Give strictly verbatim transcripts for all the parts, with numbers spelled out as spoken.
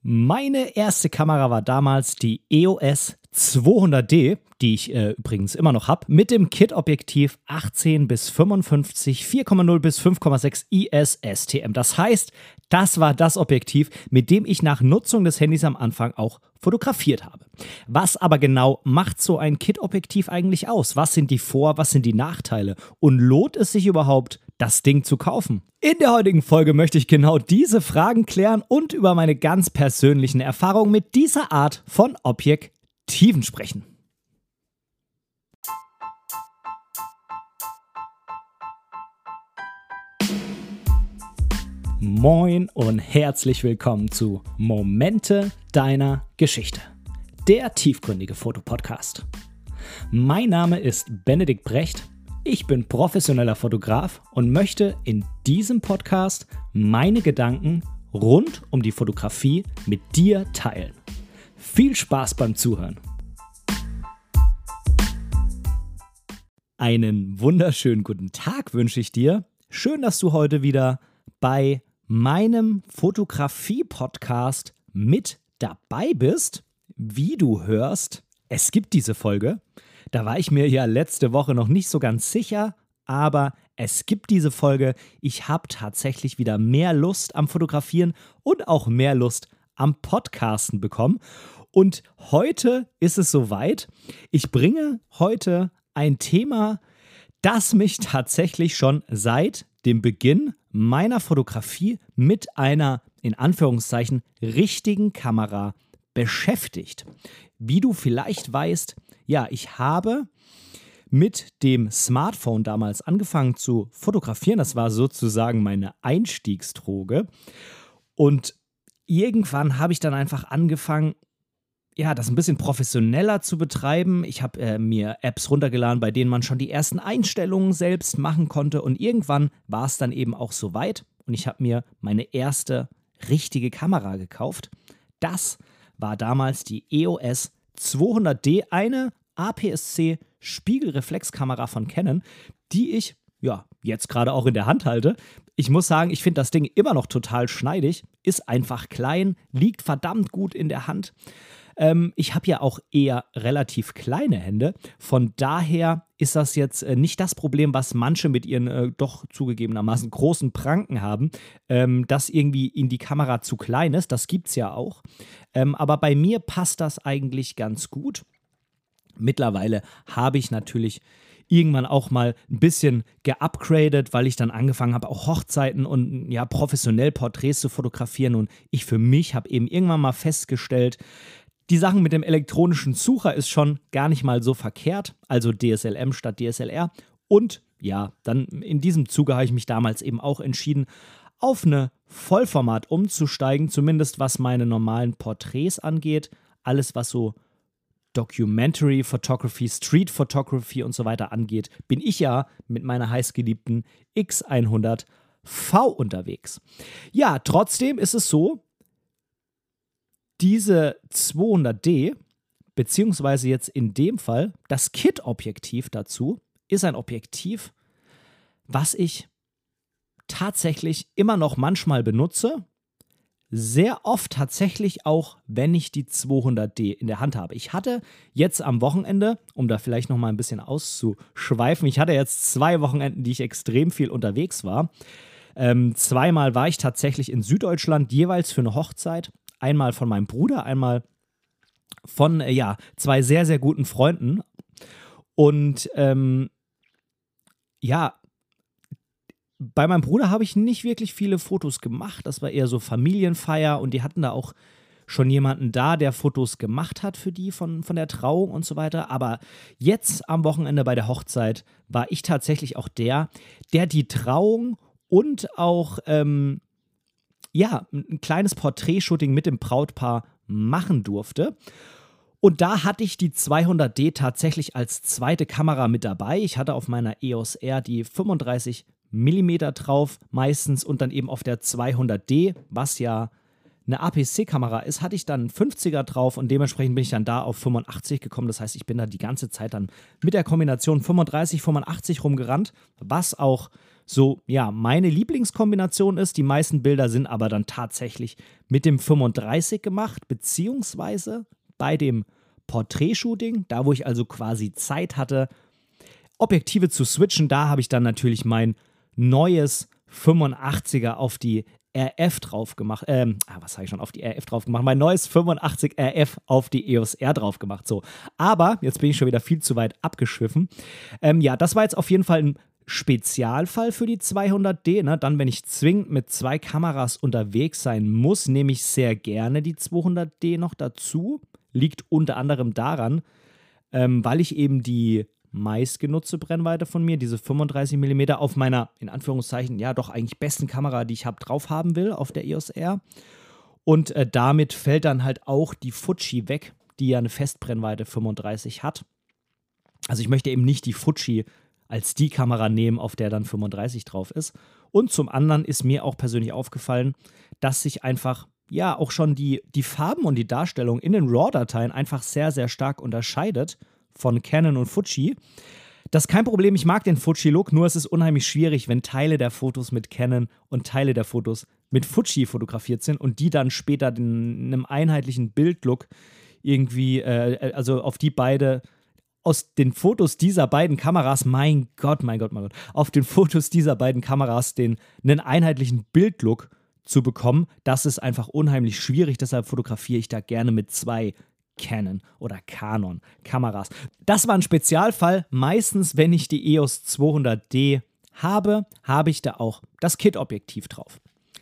Meine erste Kamera war damals die E O S zweihundert D, die ich äh, übrigens immer noch habe, mit dem Kit-Objektiv achtzehn bis fünfundfünfzig, vier Komma null bis fünf Komma sechs I S S T M. Das heißt, das war das Objektiv, mit dem ich nach Nutzung des Handys am Anfang auch fotografiert habe. Was aber genau macht so ein Kit-Objektiv eigentlich aus? Was sind die Vor-, was sind die Nachteile? Und lohnt es sich überhaupt, das Ding zu kaufen? In der heutigen Folge möchte ich genau diese Fragen klären und über meine ganz persönlichen Erfahrungen mit dieser Art von Objektiven sprechen. Moin und herzlich willkommen zu Momente deiner Geschichte, der tiefgründige Fotopodcast. Mein Name ist Benedikt Brecht, ich bin professioneller Fotograf und möchte in diesem Podcast meine Gedanken rund um die Fotografie mit dir teilen. Viel Spaß beim Zuhören! Einen wunderschönen guten Tag wünsche ich dir. Schön, dass du heute wieder bei meinem Fotografie-Podcast mit dabei bist. Wie du hörst, es gibt diese Folge. Da war ich mir ja letzte Woche noch nicht so ganz sicher, aber es gibt diese Folge. Ich habe tatsächlich wieder mehr Lust am Fotografieren und auch mehr Lust am Podcasten bekommen. Und heute ist es soweit. Ich bringe heute ein Thema, das mich tatsächlich schon seit dem Beginn meiner Fotografie mit einer, in Anführungszeichen, richtigen Kamera beschäftigt. Wie du vielleicht weißt, ja, ich habe mit dem Smartphone damals angefangen zu fotografieren. Das war sozusagen meine Einstiegsdroge. Und irgendwann habe ich dann einfach angefangen, ja, das ein bisschen professioneller zu betreiben. Ich habe äh, mir Apps runtergeladen, bei denen man schon die ersten Einstellungen selbst machen konnte. Und irgendwann war es dann eben auch soweit. Und ich habe mir meine erste richtige Kamera gekauft. Das war damals die E O S zweihundert D, eine A P S C Spiegelreflexkamera von Canon, die ich ja jetzt gerade auch in der Hand halte. Ich muss sagen, ich finde das Ding immer noch total schneidig, ist einfach klein, liegt verdammt gut in der Hand. Ähm, ich habe ja auch eher relativ kleine Hände, von daher ist das jetzt äh, nicht das Problem, was manche mit ihren äh, doch zugegebenermaßen großen Pranken haben, ähm, dass irgendwie ihnen die Kamera zu klein ist, das gibt's ja auch. Ähm, aber bei mir passt das eigentlich ganz gut. Mittlerweile habe ich natürlich irgendwann auch mal ein bisschen geupgradet, weil ich dann angefangen habe, auch Hochzeiten und ja professionell Porträts zu fotografieren. Und ich für mich habe eben irgendwann mal festgestellt, die Sachen mit dem elektronischen Sucher ist schon gar nicht mal so verkehrt, also D S L M statt D S L R. Und ja, dann in diesem Zuge habe ich mich damals eben auch entschieden, auf eine Vollformat umzusteigen, zumindest was meine normalen Porträts angeht. Alles, was so Documentary Photography, Street Photography und so weiter angeht, bin ich ja mit meiner heißgeliebten X hundert V unterwegs. Ja, trotzdem ist es so, diese zweihundert D, beziehungsweise jetzt in dem Fall das Kit-Objektiv dazu, ist ein Objektiv, was ich tatsächlich immer noch manchmal benutze. Sehr oft tatsächlich auch, wenn ich die zweihundert D in der Hand habe. Ich hatte jetzt am Wochenende, um da vielleicht noch mal ein bisschen auszuschweifen, ich hatte jetzt zwei Wochenenden, die ich extrem viel unterwegs war. Ähm, zweimal war ich tatsächlich in Süddeutschland, jeweils für eine Hochzeit. Einmal von meinem Bruder, einmal von äh, ja, zwei sehr, sehr guten Freunden. Und ähm, ja, bei meinem Bruder habe ich nicht wirklich viele Fotos gemacht. Das war eher so Familienfeier und die hatten da auch schon jemanden da, der Fotos gemacht hat für die von, von der Trauung und so weiter. Aber jetzt am Wochenende bei der Hochzeit war ich tatsächlich auch der, der die Trauung und auch ähm, ja, ein kleines Porträtshooting mit dem Brautpaar machen durfte. Und da hatte ich die zweihundert D tatsächlich als zweite Kamera mit dabei. Ich hatte auf meiner E O S R die fünfunddreißig Millimeter drauf meistens und dann eben auf der zweihundert D, was ja eine A P S C-Kamera ist, hatte ich dann einen fünfziger drauf und dementsprechend bin ich dann da auf fünfundachtzig gekommen. Das heißt, ich bin da die ganze Zeit dann mit der Kombination fünfunddreißig, fünfundachtzig rumgerannt, was auch so, ja, meine Lieblingskombination ist. Die meisten Bilder sind aber dann tatsächlich mit dem fünfunddreißig gemacht, beziehungsweise bei dem Porträtshooting, da wo ich also quasi Zeit hatte, Objektive zu switchen, da habe ich dann natürlich mein neues fünfundachtziger auf die R F drauf gemacht, ähm, ah, was habe ich schon, auf die R F drauf gemacht, mein neues fünfundachtzig R F auf die E O S R drauf gemacht, so. Aber, jetzt bin ich schon wieder viel zu weit abgeschwiffen. Ähm, ja, das war jetzt auf jeden Fall ein Spezialfall für die zweihundert D, ne? Dann, wenn ich zwingend mit zwei Kameras unterwegs sein muss, nehme ich sehr gerne die zweihundert D noch dazu. Liegt unter anderem daran, ähm, weil ich eben die meistgenutzte Brennweite von mir, diese fünfunddreißig Millimeter, auf meiner, in Anführungszeichen, ja doch eigentlich besten Kamera, die ich habe, drauf haben will, auf der E O S R. Und äh, damit fällt dann halt auch die Fuji weg, die ja eine Festbrennweite fünfunddreißig hat. Also ich möchte eben nicht die Fuji als die Kamera nehmen, auf der dann fünfunddreißig drauf ist. Und zum anderen ist mir auch persönlich aufgefallen, dass sich einfach, ja, auch schon die, die Farben und die Darstellung in den RAW-Dateien einfach sehr, sehr stark unterscheidet von Canon und Fuji. Das ist kein Problem, ich mag den Fuji-Look, nur es ist unheimlich schwierig, wenn Teile der Fotos mit Canon und Teile der Fotos mit Fuji fotografiert sind und die dann später in einem einheitlichen Bildlook irgendwie, äh, also auf die beide, aus den Fotos dieser beiden Kameras, mein Gott, mein Gott, mein Gott, auf den Fotos dieser beiden Kameras den, einen einheitlichen Bildlook zu bekommen, das ist einfach unheimlich schwierig, deshalb fotografiere ich da gerne mit zwei Canon oder Canon Kameras. Das war ein Spezialfall. Meistens, wenn ich die E O S zweihundert D habe, habe ich da auch das Kit-Objektiv drauf.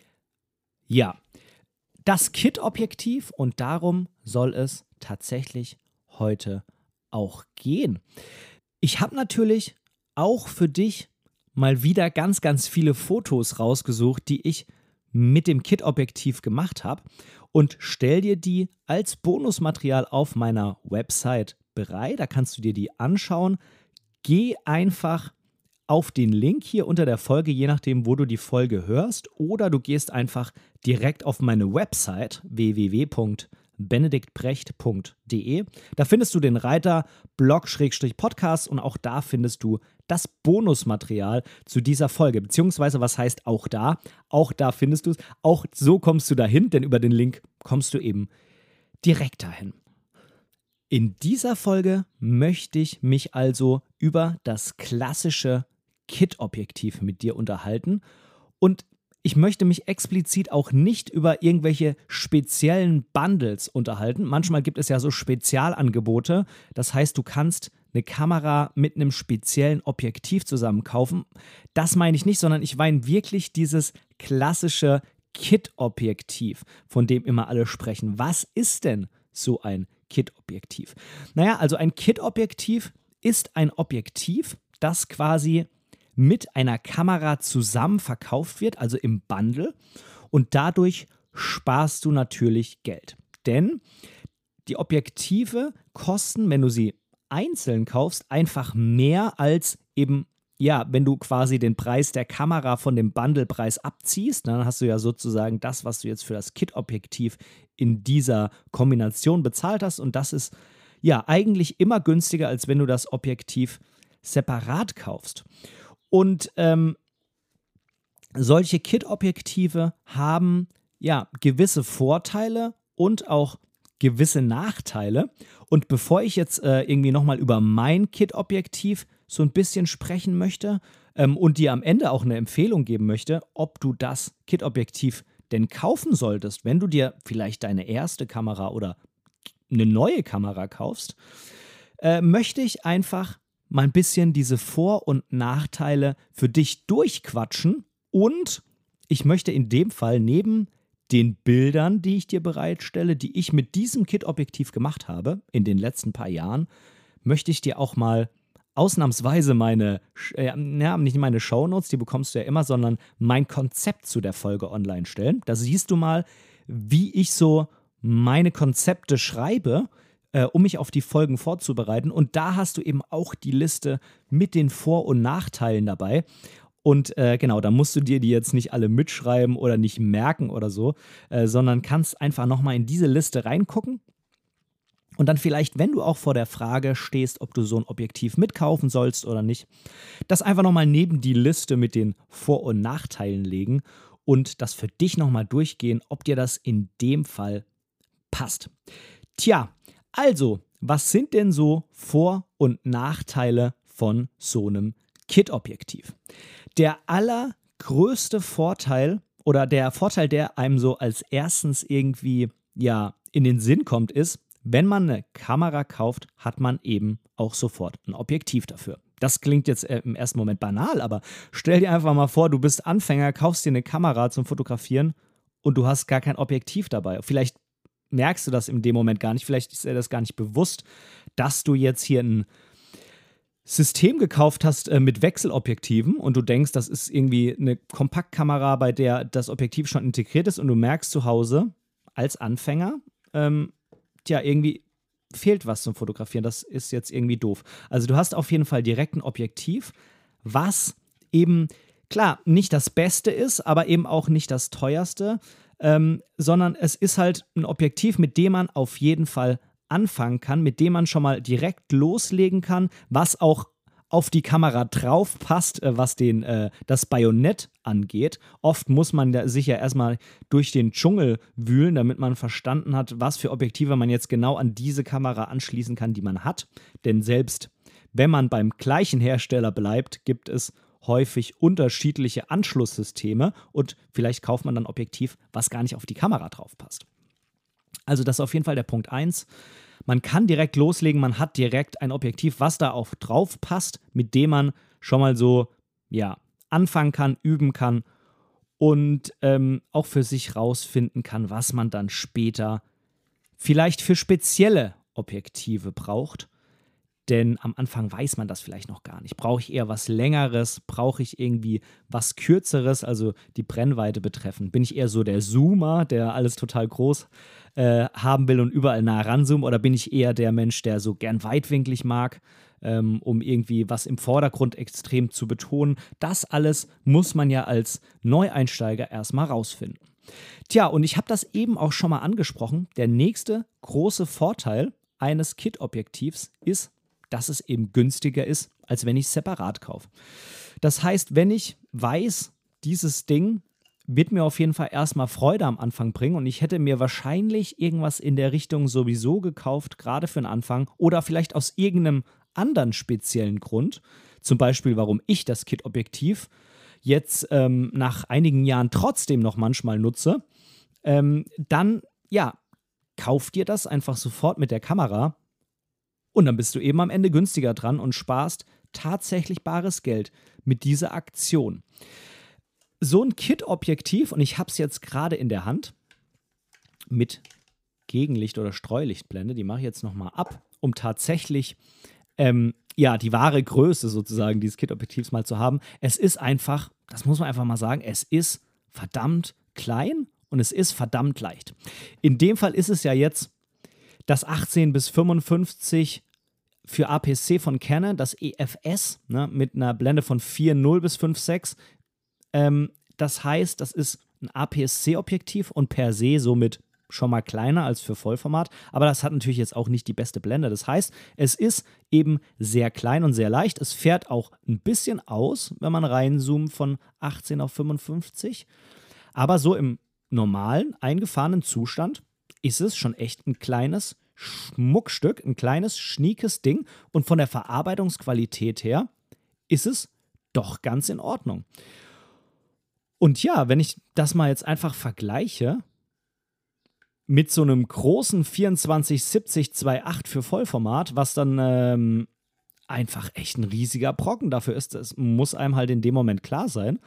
Ja, das Kit-Objektiv, und darum soll es tatsächlich heute auch gehen. Ich habe natürlich auch für dich mal wieder ganz, ganz viele Fotos rausgesucht, die ich mit dem Kit-Objektiv gemacht habe, und stell dir die als Bonusmaterial auf meiner Website bereit. Da kannst du dir die anschauen. Geh einfach auf den Link hier unter der Folge, je nachdem, wo du die Folge hörst, oder du gehst einfach direkt auf meine Website w w w punkt benediktbrecht punkt de. Da findest du den Reiter Blog-Podcast und auch da findest du das Bonusmaterial zu dieser Folge. Beziehungsweise, was heißt auch da? Auch da findest du es. Auch so kommst du dahin, denn über den Link kommst du eben direkt dahin. In dieser Folge möchte ich mich also über das klassische Kit-Objektiv mit dir unterhalten, und ich möchte mich explizit auch nicht über irgendwelche speziellen Bundles unterhalten. Manchmal gibt es ja so Spezialangebote. Das heißt, du kannst eine Kamera mit einem speziellen Objektiv zusammen kaufen. Das meine ich nicht, sondern ich meine wirklich dieses klassische Kit-Objektiv, von dem immer alle sprechen. Was ist denn so ein Kit-Objektiv? Naja, also ein Kit-Objektiv ist ein Objektiv, das quasi mit einer Kamera zusammen verkauft wird, also im Bundle, und dadurch sparst du natürlich Geld. Denn die Objektive kosten, wenn du sie einzeln kaufst, einfach mehr als eben, ja, wenn du quasi den Preis der Kamera von dem Bundlepreis abziehst, dann hast du ja sozusagen das, was du jetzt für das Kit-Objektiv in dieser Kombination bezahlt hast, und das ist ja eigentlich immer günstiger, als wenn du das Objektiv separat kaufst. Und ähm, solche Kit-Objektive haben ja gewisse Vorteile und auch gewisse Nachteile. Und bevor ich jetzt äh, irgendwie nochmal über mein Kit-Objektiv so ein bisschen sprechen möchte ähm, und dir am Ende auch eine Empfehlung geben möchte, ob du das Kit-Objektiv denn kaufen solltest, wenn du dir vielleicht deine erste Kamera oder eine neue Kamera kaufst, äh, möchte ich einfach mal ein bisschen diese Vor- und Nachteile für dich durchquatschen, und ich möchte in dem Fall neben den Bildern, die ich dir bereitstelle, die ich mit diesem Kit-Objektiv gemacht habe in den letzten paar Jahren, möchte ich dir auch mal ausnahmsweise meine, äh, ja, nicht meine Shownotes, die bekommst du ja immer, sondern mein Konzept zu der Folge online stellen. Da siehst du mal, wie ich so meine Konzepte schreibe, Äh, um mich auf die Folgen vorzubereiten. Und da hast du eben auch die Liste mit den Vor- und Nachteilen dabei. Und äh, genau, da musst du dir die jetzt nicht alle mitschreiben oder nicht merken oder so, äh, sondern kannst einfach nochmal in diese Liste reingucken. Und dann vielleicht, wenn du auch vor der Frage stehst, ob du so ein Objektiv mitkaufen sollst oder nicht, das einfach nochmal neben die Liste mit den Vor- und Nachteilen legen und das für dich nochmal durchgehen, ob dir das in dem Fall passt. Tja, also, was sind denn so Vor- und Nachteile von so einem Kit-Objektiv? Der allergrößte Vorteil oder der Vorteil, der einem so als erstens irgendwie ja in den Sinn kommt, ist, wenn man eine Kamera kauft, hat man eben auch sofort ein Objektiv dafür. Das klingt jetzt äh, im ersten Moment banal, aber stell dir einfach mal vor, du bist Anfänger, kaufst dir eine Kamera zum Fotografieren und du hast gar kein Objektiv dabei. Vielleicht merkst du das in dem Moment gar nicht, vielleicht ist dir das gar nicht bewusst, dass du jetzt hier ein System gekauft hast äh, mit Wechselobjektiven und du denkst, das ist irgendwie eine Kompaktkamera, bei der das Objektiv schon integriert ist und du merkst zu Hause als Anfänger, ähm, tja, irgendwie fehlt was zum Fotografieren. Das ist jetzt irgendwie doof. Also du hast auf jeden Fall direkt ein Objektiv, was eben, klar, nicht das Beste ist, aber eben auch nicht das Teuerste, ähm, sondern es ist halt ein Objektiv, mit dem man auf jeden Fall anfangen kann, mit dem man schon mal direkt loslegen kann, was auch auf die Kamera drauf passt, äh, was den, äh, das Bajonett angeht. Oft muss man da sich ja erstmal durch den Dschungel wühlen, damit man verstanden hat, was für Objektive man jetzt genau an diese Kamera anschließen kann, die man hat. Denn selbst wenn man beim gleichen Hersteller bleibt, gibt es häufig unterschiedliche Anschlusssysteme und vielleicht kauft man dann ein Objektiv, was gar nicht auf die Kamera drauf passt. Also das ist auf jeden Fall der Punkt eins. Man kann direkt loslegen, man hat direkt ein Objektiv, was da auch drauf passt, mit dem man schon mal so, ja, anfangen kann, üben kann und ähm, auch für sich rausfinden kann, was man dann später vielleicht für spezielle Objektive braucht. Denn am Anfang weiß man das vielleicht noch gar nicht. Brauche ich eher was Längeres? Brauche ich irgendwie was Kürzeres, also die Brennweite betreffend? Bin ich eher so der Zoomer, der alles total groß äh, haben will und überall nah ranzoomt? Oder bin ich eher der Mensch, der so gern weitwinklig mag, ähm, um irgendwie was im Vordergrund extrem zu betonen? Das alles muss man ja als Neueinsteiger erstmal rausfinden. Tja, und ich habe das eben auch schon mal angesprochen. Der nächste große Vorteil eines Kit-Objektivs ist, dass es eben günstiger ist, als wenn ich es separat kaufe. Das heißt, wenn ich weiß, dieses Ding wird mir auf jeden Fall erstmal Freude am Anfang bringen und ich hätte mir wahrscheinlich irgendwas in der Richtung sowieso gekauft, gerade für den Anfang oder vielleicht aus irgendeinem anderen speziellen Grund, zum Beispiel, warum ich das Kit-Objektiv jetzt ähm, nach einigen Jahren trotzdem noch manchmal nutze, ähm, dann, ja, kauf dir das einfach sofort mit der Kamera. Und dann bist du eben am Ende günstiger dran und sparst tatsächlich bares Geld mit dieser Aktion. So ein Kit-Objektiv, und ich habe es jetzt gerade in der Hand, mit Gegenlicht- oder Streulichtblende, die mache ich jetzt nochmal ab, um tatsächlich ähm, ja, die wahre Größe sozusagen dieses Kit-Objektivs mal zu haben. Es ist einfach, das muss man einfach mal sagen, es ist verdammt klein und es ist verdammt leicht. In dem Fall ist es ja jetzt das achtzehn bis fünfundfünfzig für A P S C von Canon, das E F S, ne, mit einer Blende von vier Komma null bis fünf Komma sechs. Ähm, das heißt, das ist ein A P S C-Objektiv und per se somit schon mal kleiner als für Vollformat, aber das hat natürlich jetzt auch nicht die beste Blende. Das heißt, es ist eben sehr klein und sehr leicht. Es fährt auch ein bisschen aus, wenn man reinzoomt von achtzehn auf fünfundfünfzig, aber so im normalen, eingefahrenen Zustand ist es schon echt ein kleines Schmuckstück, ein kleines, schniekes Ding und von der Verarbeitungsqualität her ist es doch ganz in Ordnung. Und ja, wenn ich das mal jetzt einfach vergleiche mit so einem großen vierundzwanzig siebzig zwei Komma acht für Vollformat, was dann ähm, einfach echt ein riesiger Brocken dafür ist, das muss einem halt in dem Moment klar sein.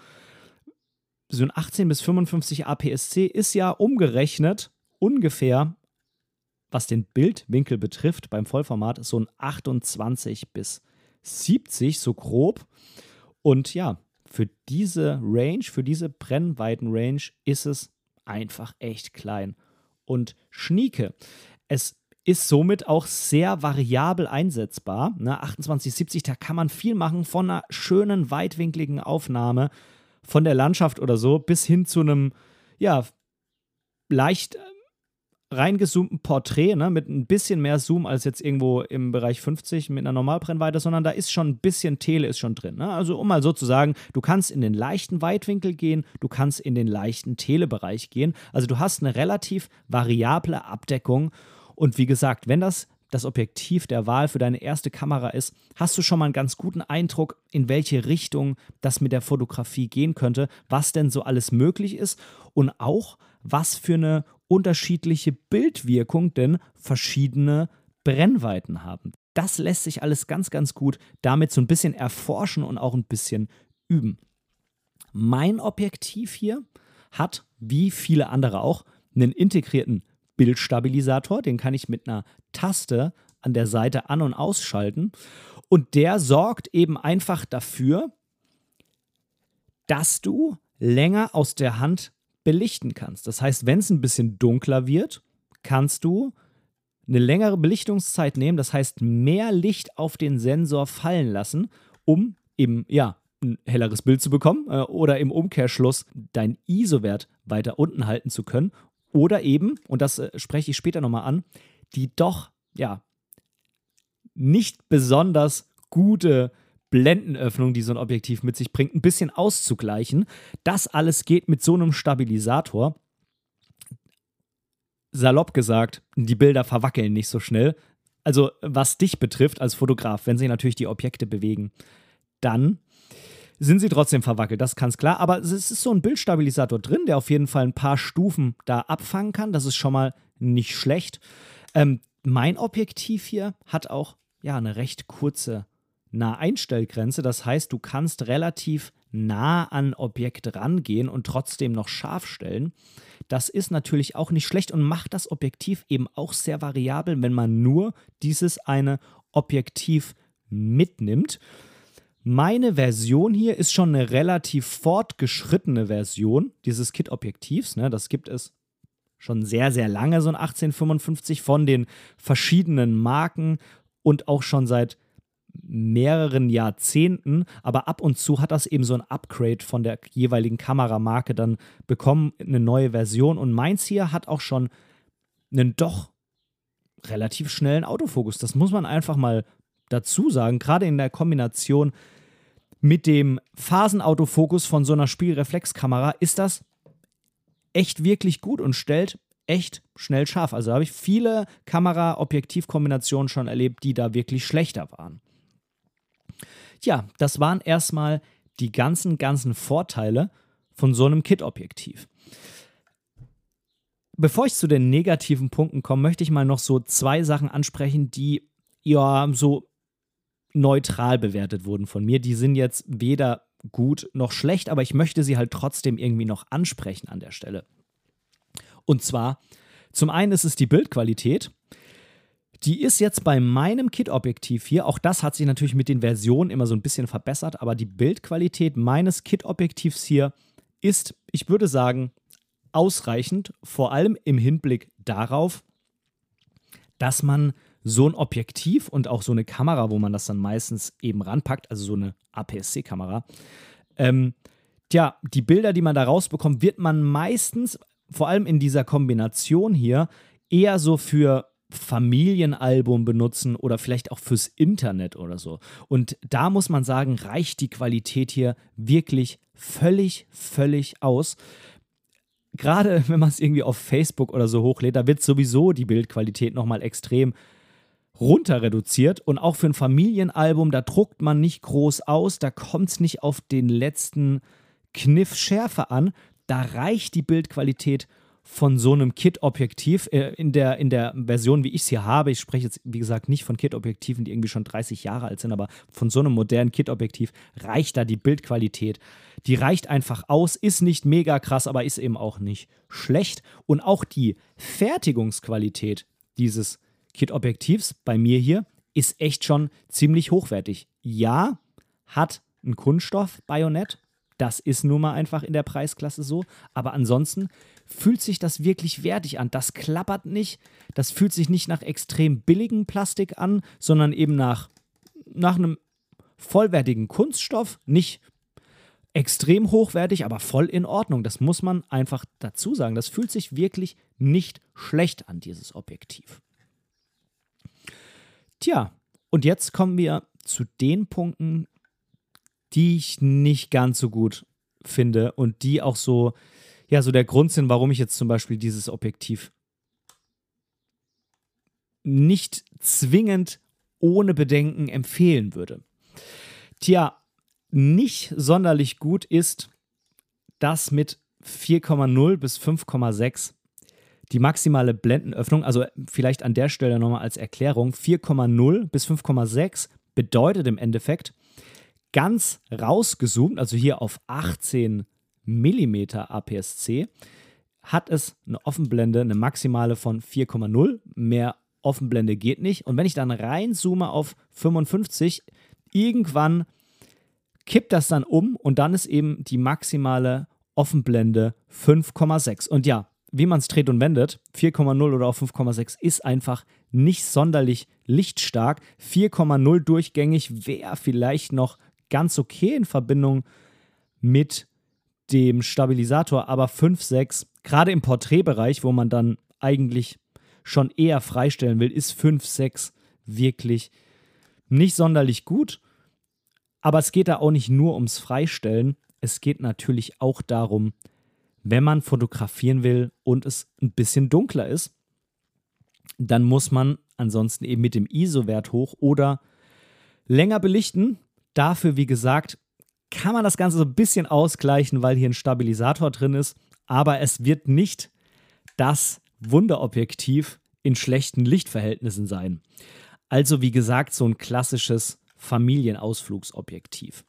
So ein achtzehn bis fünfundfünfzig A P S C ist ja umgerechnet ungefähr, was den Bildwinkel betrifft, beim Vollformat so ein achtundzwanzig bis siebzig, so grob. Und ja, für diese Range, für diese Brennweiten-Range ist es einfach echt klein und schnieke. Es ist somit auch sehr variabel einsetzbar. Ne? achtundzwanzig siebzig, da kann man viel machen, von einer schönen, weitwinkligen Aufnahme von der Landschaft oder so, bis hin zu einem, ja, leicht reingezoomten Porträt, ne, mit ein bisschen mehr Zoom als jetzt irgendwo im Bereich fünfzig mit einer Normalbrennweite, sondern da ist schon ein bisschen Tele ist schon drin. Ne? Also um mal so zu sagen, du kannst in den leichten Weitwinkel gehen, du kannst in den leichten Telebereich gehen. Also du hast eine relativ variable Abdeckung und wie gesagt, wenn das das Objektiv der Wahl für deine erste Kamera ist, hast du schon mal einen ganz guten Eindruck, in welche Richtung das mit der Fotografie gehen könnte, was denn so alles möglich ist und auch, was für eine unterschiedliche Bildwirkung denn verschiedene Brennweiten haben. Das lässt sich alles ganz, ganz gut damit so ein bisschen erforschen und auch ein bisschen üben. Mein Objektiv hier hat, wie viele andere auch, einen integrierten Bildstabilisator. Den kann ich mit einer Taste an der Seite an- und ausschalten. Und der sorgt eben einfach dafür, dass du länger aus der Hand belichten kannst. Das heißt, wenn es ein bisschen dunkler wird, kannst du eine längere Belichtungszeit nehmen, das heißt mehr Licht auf den Sensor fallen lassen, um eben, ja, ein helleres Bild zu bekommen äh, oder im Umkehrschluss deinen I S O-Wert weiter unten halten zu können oder eben, und das äh, spreche ich später nochmal an, die doch, ja, nicht besonders gute Blendenöffnung, die so ein Objektiv mit sich bringt, ein bisschen auszugleichen. Das alles geht mit so einem Stabilisator. Salopp gesagt, die Bilder verwackeln nicht so schnell. Also was dich betrifft als Fotograf, wenn sich natürlich die Objekte bewegen, dann sind sie trotzdem verwackelt, das ist ganz klar. Aber es ist so ein Bildstabilisator drin, der auf jeden Fall ein paar Stufen da abfangen kann. Das ist schon mal nicht schlecht. Ähm, mein Objektiv hier hat auch ja eine recht kurze Naheinstellgrenze. Das heißt, du kannst relativ nah an Objekt rangehen und trotzdem noch scharf stellen. Das ist natürlich auch nicht schlecht und macht das Objektiv eben auch sehr variabel, wenn man nur dieses eine Objektiv mitnimmt. Meine Version hier ist schon eine relativ fortgeschrittene Version dieses Kit-Objektivs. Ne? Das gibt es schon sehr, sehr lange, so ein achtzehn fünfundfünfzig von den verschiedenen Marken und auch schon seit mehreren Jahrzehnten, aber ab und zu hat das eben so ein Upgrade von der jeweiligen Kameramarke dann bekommen, eine neue Version und meins hier hat auch schon einen doch relativ schnellen Autofokus. Das muss man einfach mal dazu sagen, gerade in der Kombination mit dem Phasenautofokus von so einer Spielreflexkamera ist das echt wirklich gut und stellt echt schnell scharf. Also habe ich viele Kamera-Objektiv-Kombinationen schon erlebt, die da wirklich schlechter waren. Ja, das waren erstmal die ganzen, ganzen Vorteile von so einem Kit-Objektiv. Bevor ich zu den negativen Punkten komme, möchte ich mal noch so zwei Sachen ansprechen, die ja so neutral bewertet wurden von mir. Die sind jetzt weder gut noch schlecht, aber ich möchte sie halt trotzdem irgendwie noch ansprechen an der Stelle. Und zwar, zum einen ist es die Bildqualität. Die ist jetzt bei meinem Kit-Objektiv hier, auch das hat sich natürlich mit den Versionen immer so ein bisschen verbessert, aber die Bildqualität meines Kit-Objektivs hier ist, ich würde sagen, ausreichend, vor allem im Hinblick darauf, dass man so ein Objektiv und auch so eine Kamera, wo man das dann meistens eben ranpackt, also so eine A P S C-Kamera, ähm, tja, die Bilder, die man da rausbekommt, wird man meistens, vor allem in dieser Kombination hier, eher so für Familienalbum benutzen oder vielleicht auch fürs Internet oder so. Und da muss man sagen, reicht die Qualität hier wirklich völlig, völlig aus. Gerade wenn man es irgendwie auf Facebook oder so hochlädt, da wird sowieso die Bildqualität nochmal extrem runter reduziert. Und auch für ein Familienalbum, da druckt man nicht groß aus, da kommt es nicht auf den letzten Kniff Schärfe an. Da reicht die Bildqualität von so einem Kit-Objektiv äh, in, der, in der Version, wie ich es hier habe. Ich spreche jetzt, wie gesagt, nicht von Kit-Objektiven, die irgendwie schon dreißig Jahre alt sind, aber von so einem modernen Kit-Objektiv reicht da die Bildqualität. Die reicht einfach aus, ist nicht mega krass, aber ist eben auch nicht schlecht. Und auch die Fertigungsqualität dieses Kit-Objektivs bei mir hier ist echt schon ziemlich hochwertig. Ja, hat ein Kunststoff-Bajonett. Das ist nun mal einfach in der Preisklasse so. Aber ansonsten fühlt sich das wirklich wertig an. Das klappert nicht, das fühlt sich nicht nach extrem billigem Plastik an, sondern eben nach, nach einem vollwertigen Kunststoff, nicht extrem hochwertig, aber voll in Ordnung. Das muss man einfach dazu sagen. Das fühlt sich wirklich nicht schlecht an, dieses Objektiv. Tja, und jetzt kommen wir zu den Punkten, die ich nicht ganz so gut finde und die auch so, ja, so der Grund sind, warum ich jetzt zum Beispiel dieses Objektiv nicht zwingend ohne Bedenken empfehlen würde. Tja, nicht sonderlich gut ist, dass mit vier Komma null bis fünf Komma sechs die maximale Blendenöffnung, also vielleicht an der Stelle nochmal als Erklärung, vier Komma null bis fünf Komma sechs bedeutet im Endeffekt ganz rausgezoomt, also hier auf achtzehn Millimeter A P S C, hat es eine Offenblende, eine maximale von vier Komma null, mehr Offenblende geht nicht. Und wenn ich dann reinzoome auf fünfundfünfzig, irgendwann kippt das dann um und dann ist eben die maximale Offenblende fünf Komma sechs. Und ja, wie man es dreht und wendet, vier Komma null oder auch fünf Komma sechs ist einfach nicht sonderlich lichtstark. vier Komma null durchgängig wäre vielleicht noch ganz okay in Verbindung mit dem Stabilisator, aber fünf Komma sechs, gerade im Porträtbereich, wo man dann eigentlich schon eher freistellen will, ist fünf Komma sechs wirklich nicht sonderlich gut. Aber es geht da auch nicht nur ums Freistellen, es geht natürlich auch darum, wenn man fotografieren will und es ein bisschen dunkler ist, dann muss man ansonsten eben mit dem I S O-Wert hoch oder länger belichten. Dafür, wie gesagt, kann man das Ganze so ein bisschen ausgleichen, weil hier ein Stabilisator drin ist, aber es wird nicht das Wunderobjektiv in schlechten Lichtverhältnissen sein. Also wie gesagt, so ein klassisches Familienausflugsobjektiv.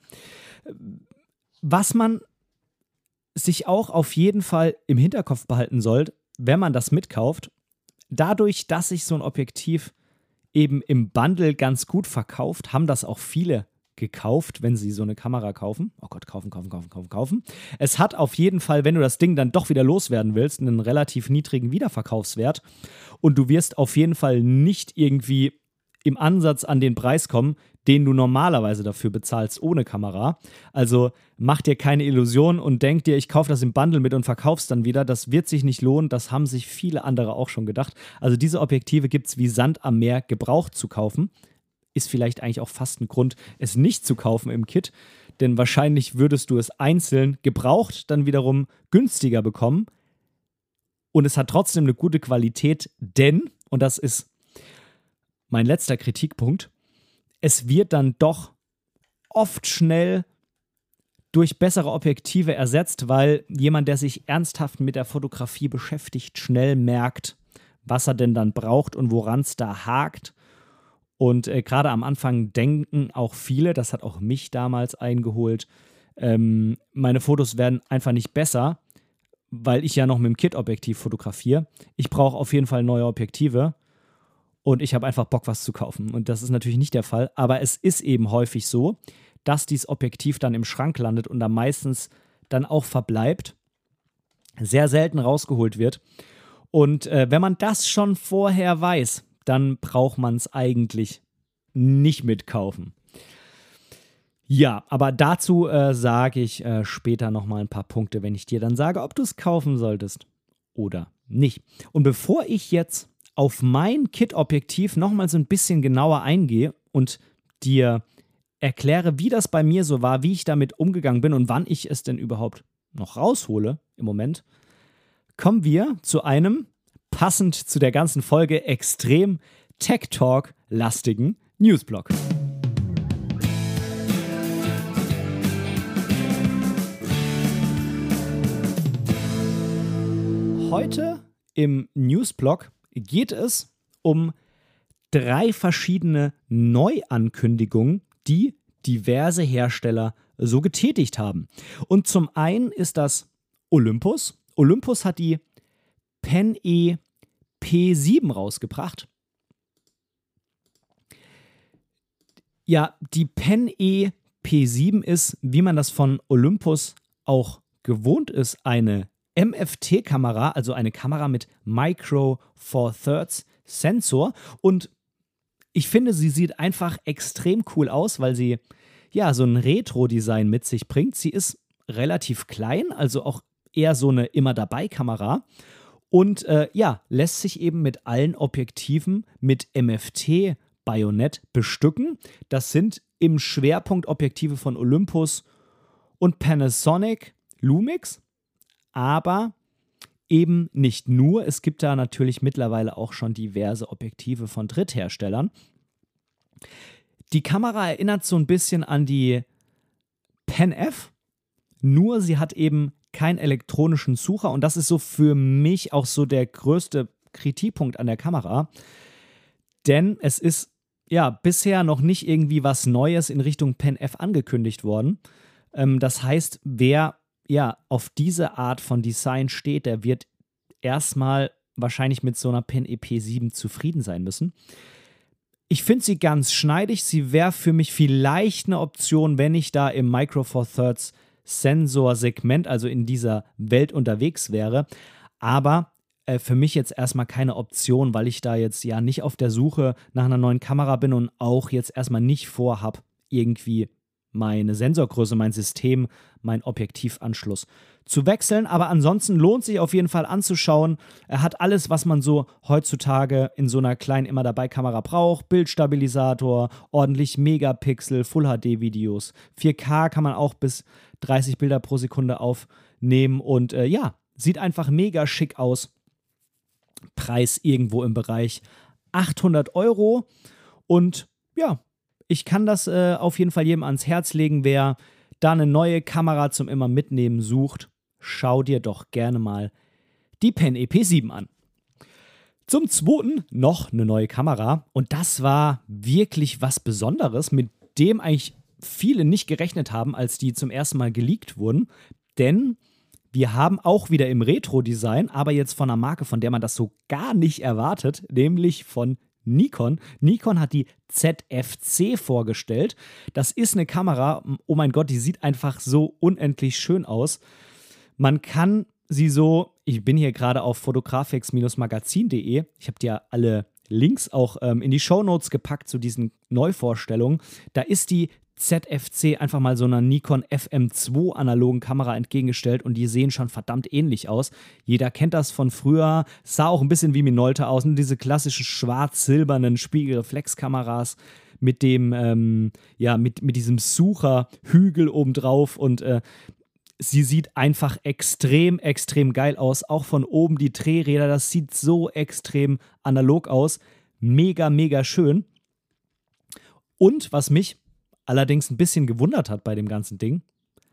Was man sich auch auf jeden Fall im Hinterkopf behalten sollte, wenn man das mitkauft, dadurch, dass sich so ein Objektiv eben im Bundle ganz gut verkauft, haben das auch viele gekauft, wenn sie so eine Kamera kaufen. Oh Gott, kaufen, kaufen, kaufen, kaufen, kaufen. Es hat auf jeden Fall, wenn du das Ding dann doch wieder loswerden willst, einen relativ niedrigen Wiederverkaufswert und du wirst auf jeden Fall nicht irgendwie im Ansatz an den Preis kommen, den du normalerweise dafür bezahlst ohne Kamera. Also mach dir keine Illusion und denk dir, ich kaufe das im Bundle mit und verkauf's dann wieder. Das wird sich nicht lohnen, das haben sich viele andere auch schon gedacht. Also diese Objektive gibt es wie Sand am Meer gebraucht zu kaufen. Ist vielleicht eigentlich auch fast ein Grund, es nicht zu kaufen im Kit, denn wahrscheinlich würdest du es einzeln gebraucht dann wiederum günstiger bekommen und es hat trotzdem eine gute Qualität, denn, und das ist mein letzter Kritikpunkt, es wird dann doch oft schnell durch bessere Objektive ersetzt, weil jemand, der sich ernsthaft mit der Fotografie beschäftigt, schnell merkt, was er denn dann braucht und woran es da hakt. Und äh, gerade am Anfang denken auch viele, das hat auch mich damals eingeholt, ähm, meine Fotos werden einfach nicht besser, weil ich ja noch mit dem Kit-Objektiv fotografiere. Ich brauche auf jeden Fall neue Objektive. Und ich habe einfach Bock, was zu kaufen. Und das ist natürlich nicht der Fall. Aber es ist eben häufig so, dass dieses Objektiv dann im Schrank landet und da meistens dann auch verbleibt, sehr selten rausgeholt wird. Und äh, wenn man das schon vorher weiß, dann braucht man es eigentlich nicht mitkaufen. Ja, aber dazu äh, sage ich äh, später nochmal ein paar Punkte, wenn ich dir dann sage, ob du es kaufen solltest oder nicht. Und bevor ich jetzt auf mein Kit-Objektiv nochmal so ein bisschen genauer eingehe und dir erkläre, wie das bei mir so war, wie ich damit umgegangen bin und wann ich es denn überhaupt noch raushole im Moment, kommen wir zu einem, passend zu der ganzen Folge, extrem Tech-Talk-lastigen Newsblock. Heute im Newsblock geht es um drei verschiedene Neuankündigungen, die diverse Hersteller so getätigt haben. Und zum einen ist das Olympus. Olympus hat die Pen E P sieben rausgebracht. Ja, die Pen E P sieben ist, wie man das von Olympus auch gewohnt ist, eine M F T-Kamera, also eine Kamera mit Micro Four Thirds Sensor. Und ich finde, sie sieht einfach extrem cool aus, weil sie ja so ein Retro-Design mit sich bringt. Sie ist relativ klein, also auch eher so eine Immer-Dabei-Kamera. Und äh, ja, lässt sich eben mit allen Objektiven mit M F T-Bajonett bestücken. Das sind im Schwerpunkt Objektive von Olympus und Panasonic Lumix, aber eben nicht nur. Es gibt da natürlich mittlerweile auch schon diverse Objektive von Drittherstellern. Die Kamera erinnert so ein bisschen an die Pen F, nur sie hat eben keinen elektronischen Sucher und das ist so für mich auch so der größte Kritikpunkt an der Kamera, denn es ist ja bisher noch nicht irgendwie was Neues in Richtung Pen F angekündigt worden. Ähm, das heißt, wer ja auf diese Art von Design steht, der wird erstmal wahrscheinlich mit so einer Pen E P sieben zufrieden sein müssen. Ich finde sie ganz schneidig. Sie wäre für mich vielleicht eine Option, wenn ich da im Micro Four Thirds Sensor-Segment, also in dieser Welt unterwegs wäre. Aber äh, für mich jetzt erstmal keine Option, weil ich da jetzt ja nicht auf der Suche nach einer neuen Kamera bin und auch jetzt erstmal nicht vorhab, irgendwie meine Sensorgröße, mein System, mein Objektivanschluss zu wechseln. Aber ansonsten lohnt sich auf jeden Fall anzuschauen. Er hat alles, was man so heutzutage in so einer kleinen Immer-Dabei-Kamera braucht. Bildstabilisator, ordentlich Megapixel, Full-H D-Videos. vier K kann man auch bis dreißig Bilder pro Sekunde aufnehmen. Und äh, ja, sieht einfach mega schick aus. Preis irgendwo im Bereich achthundert Euro. Und ja, ich kann das äh, auf jeden Fall jedem ans Herz legen, wer da eine neue Kamera zum immer mitnehmen sucht. Schau dir doch gerne mal die Pen E P sieben an. Zum Zweiten noch eine neue Kamera und das war wirklich was Besonderes, mit dem eigentlich viele nicht gerechnet haben, als die zum ersten Mal geleakt wurden, denn wir haben auch wieder im Retro-Design, aber jetzt von einer Marke, von der man das so gar nicht erwartet, nämlich von Nikon. Nikon hat die Z F C vorgestellt. Das ist eine Kamera, oh mein Gott, die sieht einfach so unendlich schön aus. Man kann sie so, ich bin hier gerade auf fotografix Magazin punkt de, ich habe dir alle Links auch ähm, in die Shownotes gepackt zu diesen Neuvorstellungen. Da ist die Z F C einfach mal so einer Nikon F M zwei analogen Kamera entgegengestellt und die sehen schon verdammt ähnlich aus. Jeder kennt das von früher, sah auch ein bisschen wie Minolta aus, und diese klassischen schwarz-silbernen Spiegelreflexkameras mit dem, ähm, ja, mit, mit diesem Sucherhügel obendrauf und äh, sie sieht einfach extrem, extrem geil aus. Auch von oben die Drehräder, das sieht so extrem analog aus. Mega, mega schön. Und was mich allerdings ein bisschen gewundert hat bei dem ganzen Ding,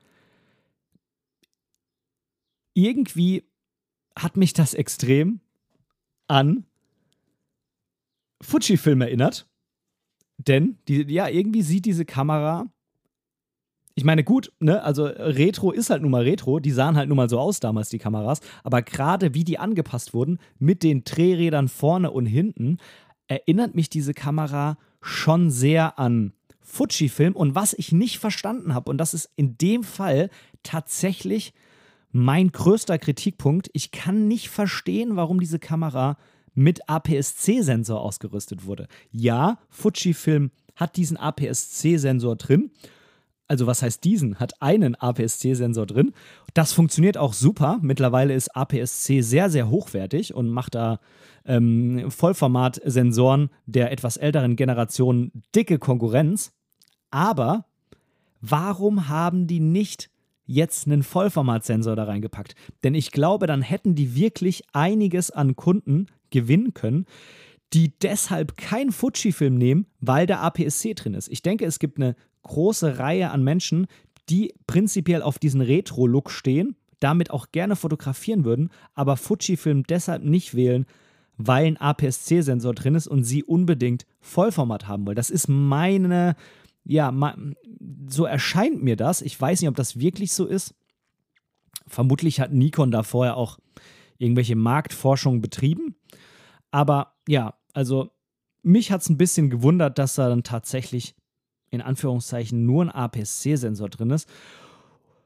irgendwie hat mich das extrem an Fujifilm erinnert. Denn, die, ja, irgendwie sieht diese Kamera, ich meine, gut, ne, also Retro ist halt nun mal Retro, die sahen halt nun mal so aus damals, die Kameras, aber gerade wie die angepasst wurden, mit den Drehrädern vorne und hinten, erinnert mich diese Kamera schon sehr an Fujifilm. Und was ich nicht verstanden habe, und das ist in dem Fall tatsächlich mein größter Kritikpunkt, ich kann nicht verstehen, warum diese Kamera mit A P S C-Sensor ausgerüstet wurde. Ja, Fujifilm hat diesen A P S C-Sensor drin. Also was heißt diesen? Hat einen A P S C-Sensor drin. Das funktioniert auch super. Mittlerweile ist A P S C sehr, sehr hochwertig und macht da ähm, Vollformat-Sensoren der etwas älteren Generation dicke Konkurrenz. Aber warum haben die nicht jetzt einen Vollformatsensor da reingepackt? Denn ich glaube, dann hätten die wirklich einiges an Kunden gewinnen können, die deshalb kein Fujifilm nehmen, weil da A P S C drin ist. Ich denke, es gibt eine große Reihe an Menschen, die prinzipiell auf diesen Retro-Look stehen, damit auch gerne fotografieren würden, aber Fujifilm deshalb nicht wählen, weil ein A P S C-Sensor drin ist und sie unbedingt Vollformat haben wollen. Das ist meine, ja, so erscheint mir das. Ich weiß nicht, ob das wirklich so ist. Vermutlich hat Nikon da vorher auch irgendwelche Marktforschung betrieben. Aber ja, also mich hat es ein bisschen gewundert, dass da dann tatsächlich in Anführungszeichen nur ein A P S C-Sensor drin ist.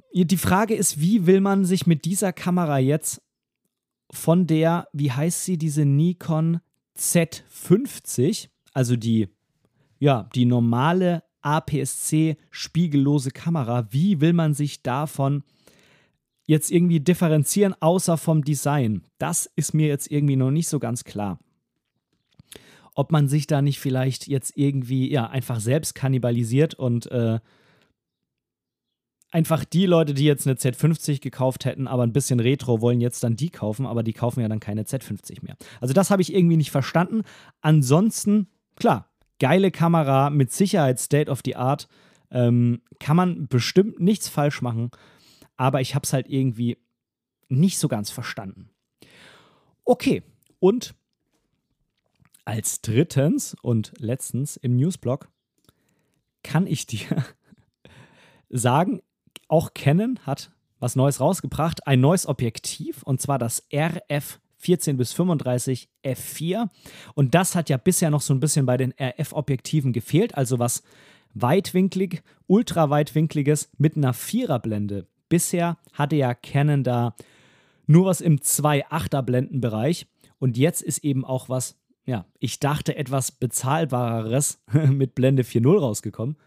die Frage ist, wie will man sich mit dieser Kamera jetzt von der, wie heißt sie, diese Nikon Z fünfzig, also die, ja, die normale A P S C spiegellose Kamera, wie will man sich davon jetzt irgendwie differenzieren, außer vom Design? Das ist mir jetzt irgendwie noch nicht so ganz klar. Ob man sich da nicht vielleicht jetzt irgendwie, ja, einfach selbst kannibalisiert und äh, einfach die Leute, die jetzt eine Z fünfzig gekauft hätten, aber ein bisschen Retro, wollen jetzt dann die kaufen, aber die kaufen ja dann keine Z fünfzig mehr. Also das habe ich irgendwie nicht verstanden. Ansonsten, klar, geile Kamera, mit Sicherheit State of the Art, ähm, kann man bestimmt nichts falsch machen, aber ich habe es halt irgendwie nicht so ganz verstanden. Okay, und als drittens und letztens im Newsblog kann ich dir sagen, auch Canon hat was Neues rausgebracht, ein neues Objektiv, und zwar das R F vierzehn bis fünfunddreißig F vier. Und das hat ja bisher noch so ein bisschen bei den R F-Objektiven gefehlt, also was weitwinklig, ultraweitwinkliges mit einer Viererblende. Bisher hatte ja Canon da nur was im zwei Komma achter Blendenbereich, und jetzt ist eben auch was, ja, ich dachte etwas bezahlbareres mit Blende vier Komma null rausgekommen.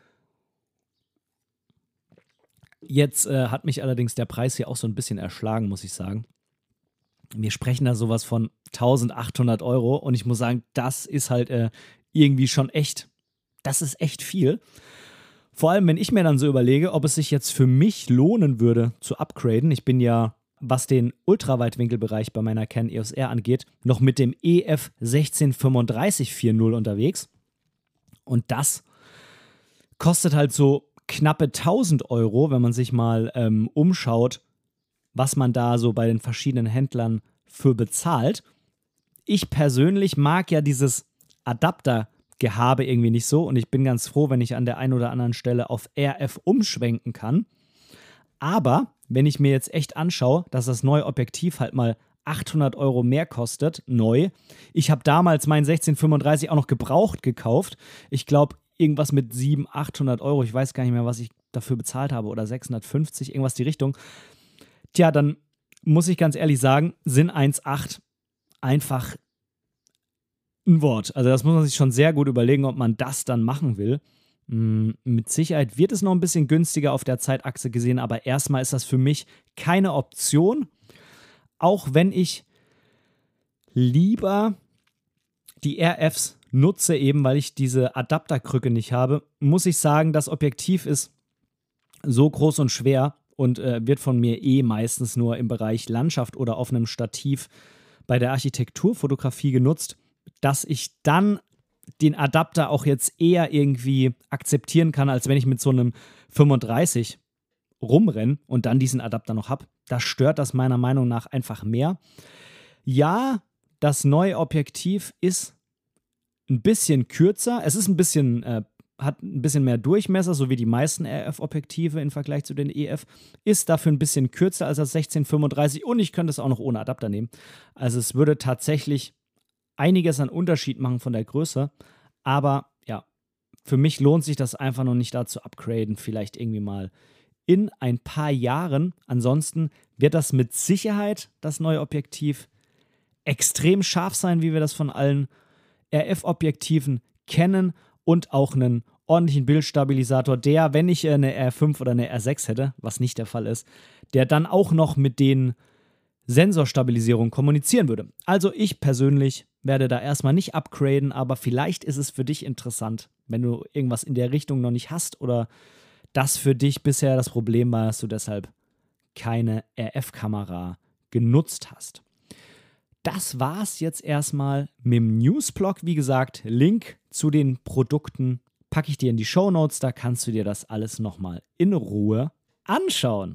Jetzt äh, hat mich allerdings der Preis hier auch so ein bisschen erschlagen, muss ich sagen. Wir sprechen da sowas von eintausendachthundert Euro, und ich muss sagen, das ist halt äh, irgendwie schon echt, das ist echt viel. Vor allem, wenn ich mir dann so überlege, ob es sich jetzt für mich lohnen würde zu upgraden. Ich bin ja, was den Ultraweitwinkelbereich bei meiner Canon E O S R angeht, noch mit dem E F sechzehn fünfunddreißig vier Komma null unterwegs. Und das kostet halt so knappe tausend Euro, wenn man sich mal ähm, umschaut, was man da so bei den verschiedenen Händlern für bezahlt. Ich persönlich mag ja dieses Adaptergehabe irgendwie nicht so, und ich bin ganz froh, wenn ich an der einen oder anderen Stelle auf R F umschwenken kann. Aber wenn ich mir jetzt echt anschaue, dass das neue Objektiv halt mal achthundert Euro mehr kostet, neu. Ich habe damals meinen sechzehn fünfunddreißig auch noch gebraucht gekauft. Ich glaube, irgendwas mit siebenhundert, achthundert Euro. Ich weiß gar nicht mehr, was ich dafür bezahlt habe. Oder sechshundertfünfzig, irgendwas die Richtung. Tja, dann muss ich ganz ehrlich sagen, sind eins Komma acht einfach ein Wort. Also das muss man sich schon sehr gut überlegen, ob man das dann machen will. Hm, mit Sicherheit wird es noch ein bisschen günstiger auf der Zeitachse gesehen, aber erstmal ist das für mich keine Option. Auch wenn ich lieber die R Fs nutze, eben weil ich diese Adapterkrücke nicht habe, muss ich sagen, das Objektiv ist so groß und schwer und äh, wird von mir eh meistens nur im Bereich Landschaft oder auf einem Stativ bei der Architekturfotografie genutzt, dass ich dann den Adapter auch jetzt eher irgendwie akzeptieren kann, als wenn ich mit so einem fünfunddreißig rumrenne und dann diesen Adapter noch habe. Da stört das meiner Meinung nach einfach mehr. Ja, das neue Objektiv ist ein bisschen kürzer. Es ist ein bisschen, äh, hat ein bisschen mehr Durchmesser, so wie die meisten R F-Objektive im Vergleich zu den E F. Ist dafür ein bisschen kürzer als das sechzehn fünfunddreißig, und ich könnte es auch noch ohne Adapter nehmen. Also es würde tatsächlich einiges an Unterschied machen von der Größe. Aber ja, für mich lohnt sich das einfach noch nicht, da zu upgraden. Vielleicht irgendwie mal in ein paar Jahren. Ansonsten wird das mit Sicherheit, das neue Objektiv, extrem scharf sein, wie wir das von allen R F-Objektiven kennen, und auch einen ordentlichen Bildstabilisator, der, wenn ich eine R fünf oder eine R sechs hätte, was nicht der Fall ist, der dann auch noch mit den Sensorstabilisierungen kommunizieren würde. Also ich persönlich werde da erstmal nicht upgraden, aber vielleicht ist es für dich interessant, wenn du irgendwas in der Richtung noch nicht hast oder das für dich bisher das Problem war, dass du deshalb keine R F-Kamera genutzt hast. Das war's jetzt erstmal mit dem Newsblog. Wie gesagt, Link zu den Produkten packe ich dir in die Shownotes. Da kannst du dir das alles nochmal in Ruhe anschauen.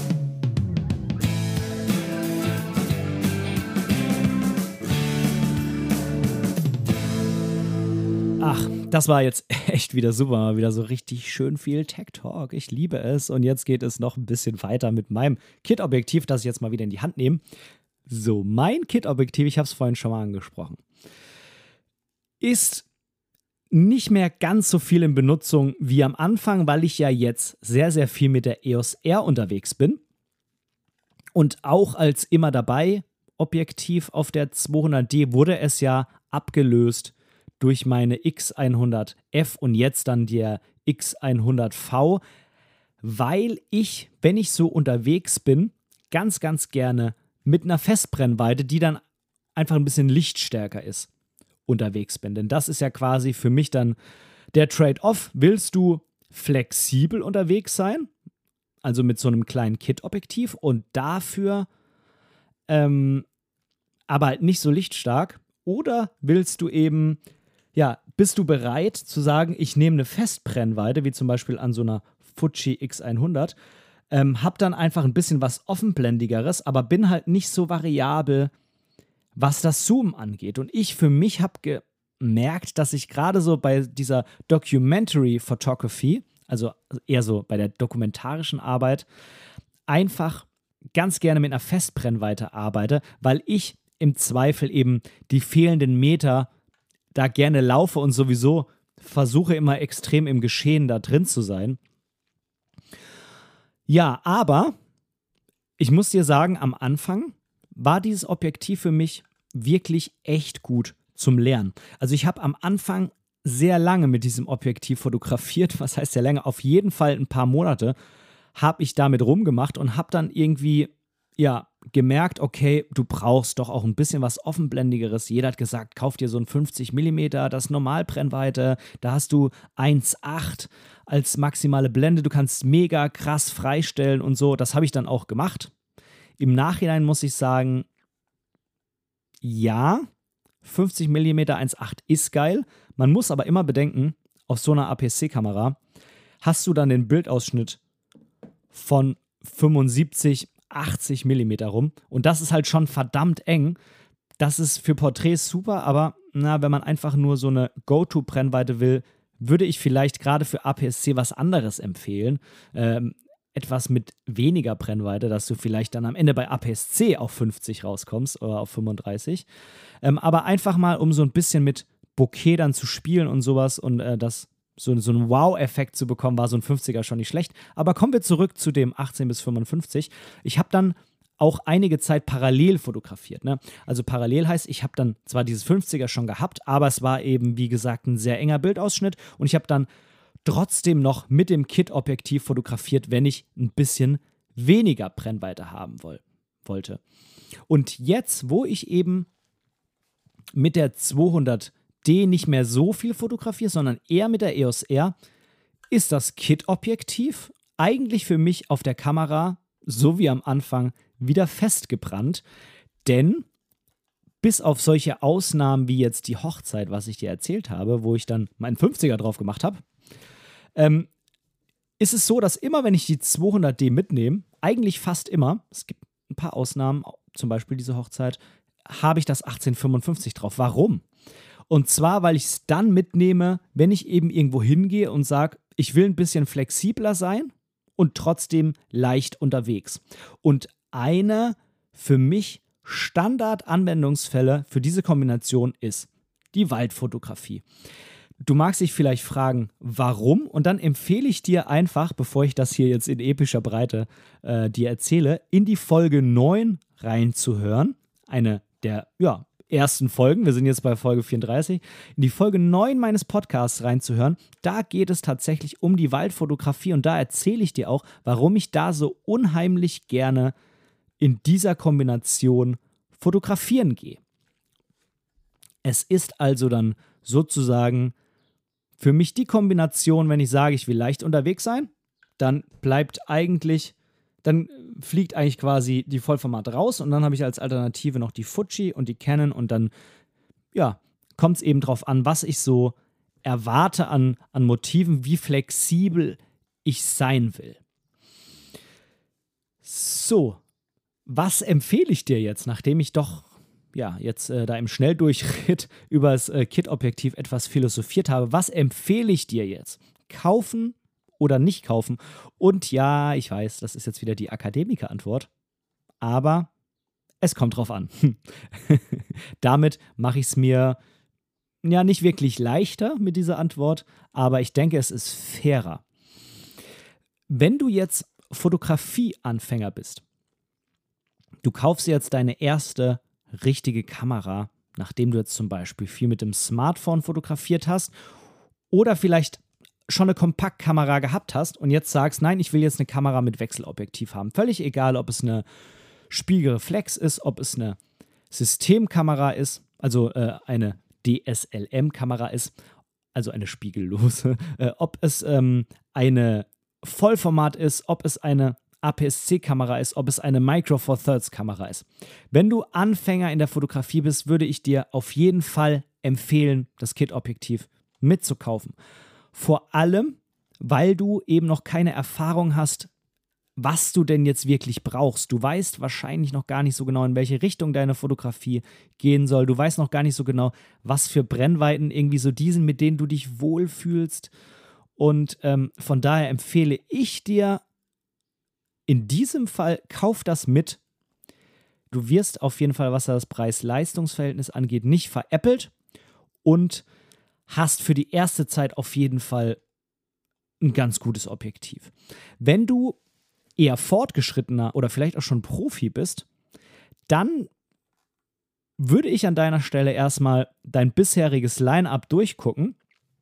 Ach, das war jetzt echt wieder super. Mal wieder so richtig schön viel Tech Talk. Ich liebe es. Und jetzt geht es noch ein bisschen weiter mit meinem Kit-Objektiv, das ich jetzt mal wieder in die Hand nehme. So, mein Kit-Objektiv, ich habe es vorhin schon mal angesprochen, ist nicht mehr ganz so viel in Benutzung wie am Anfang, weil ich ja jetzt sehr, sehr viel mit der E O S R unterwegs bin. Und auch als immer dabei Objektiv auf der zweihundert D wurde es ja abgelöst durch meine X hundert F und jetzt dann der X hundert V, weil ich, wenn ich so unterwegs bin, ganz, ganz gerne mit einer Festbrennweite, die dann einfach ein bisschen lichtstärker ist, unterwegs bin. Denn das ist ja quasi für mich dann der Trade-off. Willst du flexibel unterwegs sein, also mit so einem kleinen Kit-Objektiv und dafür ähm, aber halt nicht so lichtstark? Oder willst du eben, ja, bist du bereit zu sagen, ich nehme eine Festbrennweite, wie zum Beispiel an so einer Fuji X hundert, ähm, hab dann einfach ein bisschen was offenblendigeres, aber bin halt nicht so variabel, was das Zoom angeht. Und ich für mich habe gemerkt, dass ich gerade so bei dieser Documentary Photography, also eher so bei der dokumentarischen Arbeit, einfach ganz gerne mit einer Festbrennweite arbeite, weil ich im Zweifel eben die fehlenden Meter da gerne laufe und sowieso versuche immer extrem im Geschehen da drin zu sein. Ja, aber ich muss dir sagen, am Anfang war dieses Objektiv für mich wirklich echt gut zum Lernen. Also ich habe am Anfang sehr lange mit diesem Objektiv fotografiert, was heißt sehr lange, auf jeden Fall ein paar Monate habe ich damit rumgemacht und habe dann irgendwie, ja, gemerkt, okay, du brauchst doch auch ein bisschen was Offenblendigeres. Jeder hat gesagt, kauf dir so ein fünfzig Millimeter, das Normalbrennweite, da hast du eins Komma acht als maximale Blende, du kannst mega krass freistellen und so. Das habe ich dann auch gemacht. Im Nachhinein muss ich sagen, ja, fünfzig Millimeter eins Komma acht ist geil. Man muss aber immer bedenken, auf so einer A P S C-Kamera hast du dann den Bildausschnitt von fünfundsiebzig, achtzig Millimeter rum. Und das ist halt schon verdammt eng. Das ist für Porträts super, aber na, wenn man einfach nur so eine Go-To-Brennweite will, würde ich vielleicht gerade für A P S C was anderes empfehlen. Ähm, etwas mit weniger Brennweite, dass du vielleicht dann am Ende bei A P S C auf fünfzig rauskommst oder auf fünfunddreißig. Ähm, aber einfach mal, um so ein bisschen mit Bokeh dann zu spielen und sowas und äh, das So, so einen Wow-Effekt zu bekommen, war so ein fünfziger schon nicht schlecht. Aber kommen wir zurück zu dem achtzehn bis fünfundfünfzig. Ich habe dann auch einige Zeit parallel fotografiert. Ne? Also parallel heißt, ich habe dann zwar dieses fünfziger schon gehabt, aber es war eben, wie gesagt, ein sehr enger Bildausschnitt. Und ich habe dann trotzdem noch mit dem Kit-Objektiv fotografiert, wenn ich ein bisschen weniger Brennweite haben woll- wollte. Und jetzt, wo ich eben mit der zweihundert D nicht mehr so viel fotografiere, sondern eher mit der E O S R, ist das Kit-Objektiv eigentlich für mich auf der Kamera, so wie am Anfang, wieder festgebrannt. Denn bis auf solche Ausnahmen wie jetzt die Hochzeit, was ich dir erzählt habe, wo ich dann meinen fünfziger drauf gemacht habe, ähm, ist es so, dass immer, wenn ich die zweihundert D mitnehme, eigentlich fast immer, es gibt ein paar Ausnahmen, zum Beispiel diese Hochzeit, habe ich das achtzehn fünfundfünfzig drauf. Warum? Und zwar, weil ich es dann mitnehme, wenn ich eben irgendwo hingehe und sage, ich will ein bisschen flexibler sein und trotzdem leicht unterwegs. Und eine für mich Standard-Anwendungsfälle für diese Kombination ist die Waldfotografie. Du magst dich vielleicht fragen, warum? Und dann empfehle ich dir einfach, bevor ich das hier jetzt in epischer Breite äh, dir erzähle, in die Folge neun reinzuhören. Eine der, ja, ersten Folgen, wir sind jetzt bei Folge vierunddreißig, in die Folge neun meines Podcasts reinzuhören. Da geht es tatsächlich um die Waldfotografie und da erzähle ich dir auch, warum ich da so unheimlich gerne in dieser Kombination fotografieren gehe. Es ist also dann sozusagen für mich die Kombination, wenn ich sage, ich will leicht unterwegs sein, dann bleibt eigentlich Dann fliegt eigentlich quasi die Vollformat raus und dann habe ich als Alternative noch die Fuji und die Canon und dann, ja, kommt es eben drauf an, was ich so erwarte an, an Motiven, wie flexibel ich sein will. So, was empfehle ich dir jetzt, nachdem ich doch, ja, jetzt äh, da im Schnelldurchritt über das äh, Kit-Objektiv etwas philosophiert habe, was empfehle ich dir jetzt? Kaufen oder nicht kaufen? Und ja, ich weiß, das ist jetzt wieder die Akademiker-Antwort, aber es kommt drauf an. Damit mache ich es mir ja nicht wirklich leichter mit dieser Antwort, aber ich denke, es ist fairer. Wenn du jetzt Fotografieanfänger bist, du kaufst jetzt deine erste richtige Kamera, nachdem du jetzt zum Beispiel viel mit dem Smartphone fotografiert hast oder vielleicht schon eine Kompaktkamera gehabt hast und jetzt sagst, nein, ich will jetzt eine Kamera mit Wechselobjektiv haben. Völlig egal, ob es eine Spiegelreflex ist, ob es eine Systemkamera ist, also äh, eine D S L M-Kamera ist, also eine spiegellose, äh, ob es ähm, eine Vollformat ist, ob es eine A P S C-Kamera ist, ob es eine Micro Four Thirds-Kamera ist. Wenn du Anfänger in der Fotografie bist, würde ich dir auf jeden Fall empfehlen, das Kit-Objektiv mitzukaufen. Vor allem, weil du eben noch keine Erfahrung hast, was du denn jetzt wirklich brauchst. Du weißt wahrscheinlich noch gar nicht so genau, in welche Richtung deine Fotografie gehen soll. Du weißt noch gar nicht so genau, was für Brennweiten irgendwie so die sind, mit denen du dich wohlfühlst. Und ähm, von daher empfehle ich dir, in diesem Fall, kauf das mit. Du wirst auf jeden Fall, was das Preis-Leistungs-Verhältnis angeht, nicht veräppelt und hast für die erste Zeit auf jeden Fall ein ganz gutes Objektiv. Wenn du eher fortgeschrittener oder vielleicht auch schon Profi bist, dann würde ich an deiner Stelle erstmal dein bisheriges Line-Up durchgucken,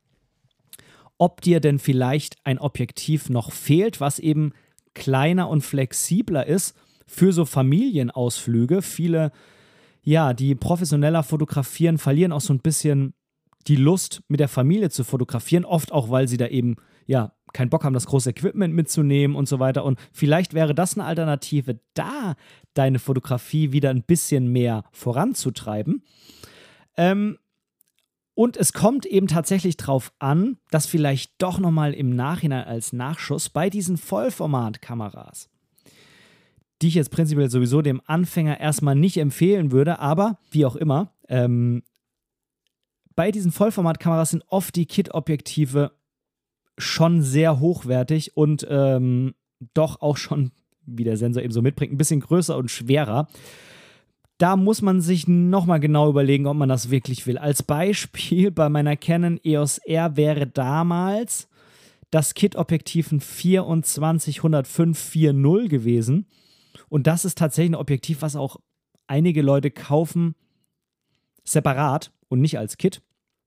ob dir denn vielleicht ein Objektiv noch fehlt, was eben kleiner und flexibler ist für so Familienausflüge. Viele, ja, die professioneller fotografieren, verlieren auch so ein bisschen die Lust, mit der Familie zu fotografieren, oft auch, weil sie da eben, ja, keinen Bock haben, das große Equipment mitzunehmen und so weiter. Und vielleicht wäre das eine Alternative, da deine Fotografie wieder ein bisschen mehr voranzutreiben. Ähm, und es kommt eben tatsächlich drauf an, dass vielleicht doch nochmal im Nachhinein als Nachschuss bei diesen Vollformatkameras, die ich jetzt prinzipiell sowieso dem Anfänger erstmal nicht empfehlen würde, aber wie auch immer, ähm, bei diesen Vollformatkameras sind oft die Kit-Objektive schon sehr hochwertig und ähm, doch auch schon, wie der Sensor eben so mitbringt, ein bisschen größer und schwerer. Da muss man sich nochmal genau überlegen, ob man das wirklich will. Als Beispiel bei meiner Canon E O S R wäre damals das Kit-Objektiv ein vierundzwanzig hundertfünf vierzig gewesen. Und das ist tatsächlich ein Objektiv, was auch einige Leute kaufen separat und nicht als Kit,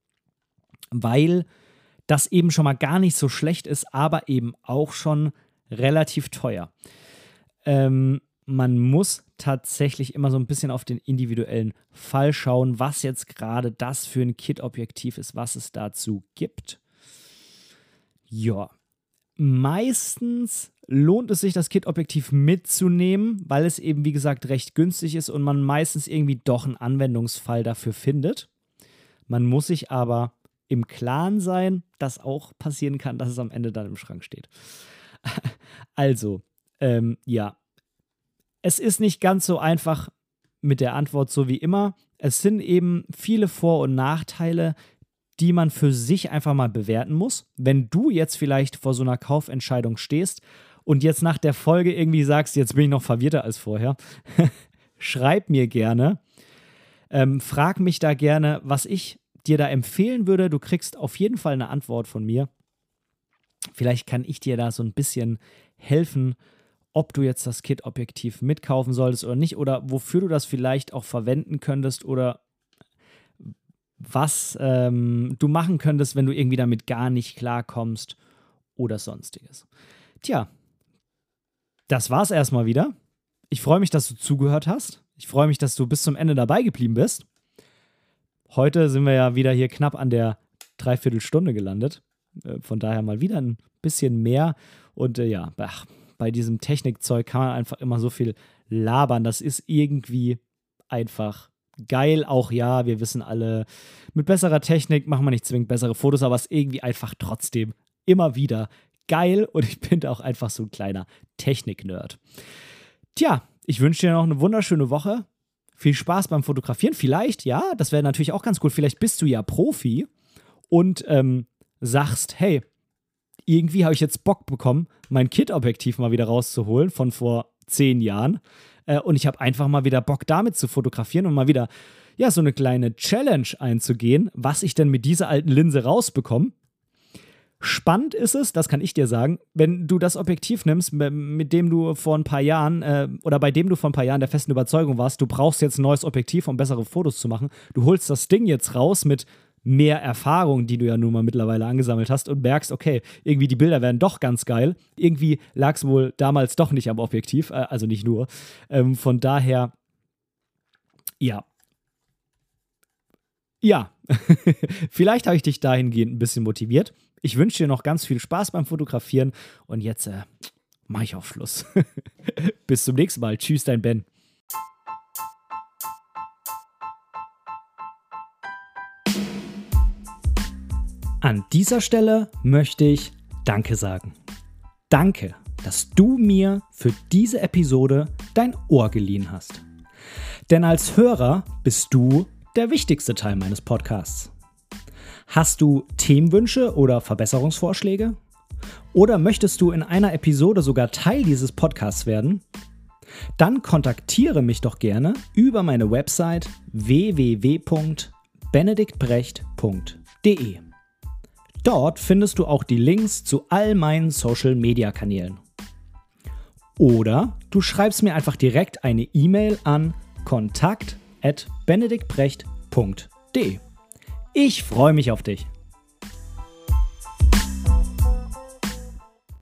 weil das eben schon mal gar nicht so schlecht ist, aber eben auch schon relativ teuer. Ähm, man muss tatsächlich immer so ein bisschen auf den individuellen Fall schauen, was jetzt gerade das für ein Kit-Objektiv ist, was es dazu gibt. Ja, meistens lohnt es sich, das Kit-Objektiv mitzunehmen, weil es eben, wie gesagt, recht günstig ist und man meistens irgendwie doch einen Anwendungsfall dafür findet. Man muss sich aber im Klaren sein, dass auch passieren kann, dass es am Ende dann im Schrank steht. Also, ähm, ja, es ist nicht ganz so einfach mit der Antwort so wie immer. Es sind eben viele Vor- und Nachteile, die man für sich einfach mal bewerten muss. Wenn du jetzt vielleicht vor so einer Kaufentscheidung stehst und jetzt nach der Folge irgendwie sagst, jetzt bin ich noch verwirrter als vorher, schreib mir gerne, ähm, frag mich da gerne, was ich dir da empfehlen würde. Du kriegst auf jeden Fall eine Antwort von mir. Vielleicht kann ich dir da so ein bisschen helfen, ob du jetzt das Kit-Objektiv mitkaufen solltest oder nicht oder wofür du das vielleicht auch verwenden könntest oder was ähm, du machen könntest, wenn du irgendwie damit gar nicht klarkommst oder sonstiges. Tja, das war's erstmal wieder. Ich freue mich, dass du zugehört hast. Ich freue mich, dass du bis zum Ende dabei geblieben bist. Heute sind wir ja wieder hier knapp an der Dreiviertelstunde gelandet. Äh, von daher mal wieder ein bisschen mehr. Und äh, ja, ach, bei diesem Technikzeug kann man einfach immer so viel labern. Das ist irgendwie einfach geil. Auch ja, wir wissen alle, mit besserer Technik machen wir nicht zwingend bessere Fotos, aber es ist irgendwie einfach trotzdem immer wieder geil. Und ich bin auch einfach so ein kleiner Technik-Nerd. Tja, ich wünsche dir noch eine wunderschöne Woche. Viel Spaß beim Fotografieren. Vielleicht, ja, das wäre natürlich auch ganz cool. Vielleicht bist du ja Profi und ähm, sagst, hey, irgendwie habe ich jetzt Bock bekommen, mein Kit-Objektiv mal wieder rauszuholen von vor zehn Jahren. Äh, und ich habe einfach mal wieder Bock, damit zu fotografieren und mal wieder, ja, so eine kleine Challenge einzugehen, was ich denn mit dieser alten Linse rausbekomme. Spannend ist es, das kann ich dir sagen, wenn du das Objektiv nimmst, mit dem du vor ein paar Jahren äh, oder bei dem du vor ein paar Jahren der festen Überzeugung warst, du brauchst jetzt ein neues Objektiv, um bessere Fotos zu machen. Du holst das Ding jetzt raus mit mehr Erfahrung, die du ja nun mal mittlerweile angesammelt hast und merkst, okay, irgendwie die Bilder werden doch ganz geil. Irgendwie lag es wohl damals doch nicht am Objektiv, äh, also nicht nur. Ähm, von daher, ja. Ja, vielleicht habe ich dich dahingehend ein bisschen motiviert. Ich wünsche dir noch ganz viel Spaß beim Fotografieren und jetzt äh, mache ich auf Schluss. Bis zum nächsten Mal. Tschüss, dein Ben. An dieser Stelle möchte ich Danke sagen. Danke, dass du mir für diese Episode dein Ohr geliehen hast. Denn als Hörer bist du der wichtigste Teil meines Podcasts. Hast du Themenwünsche oder Verbesserungsvorschläge? Oder möchtest du in einer Episode sogar Teil dieses Podcasts werden? Dann kontaktiere mich doch gerne über meine Website w w w punkt benediktbrecht punkt d e. Dort findest du auch die Links zu all meinen Social-Media-Kanälen. Oder du schreibst mir einfach direkt eine E-Mail an kontakt at benediktbrecht punkt d e. Ich freue mich auf dich.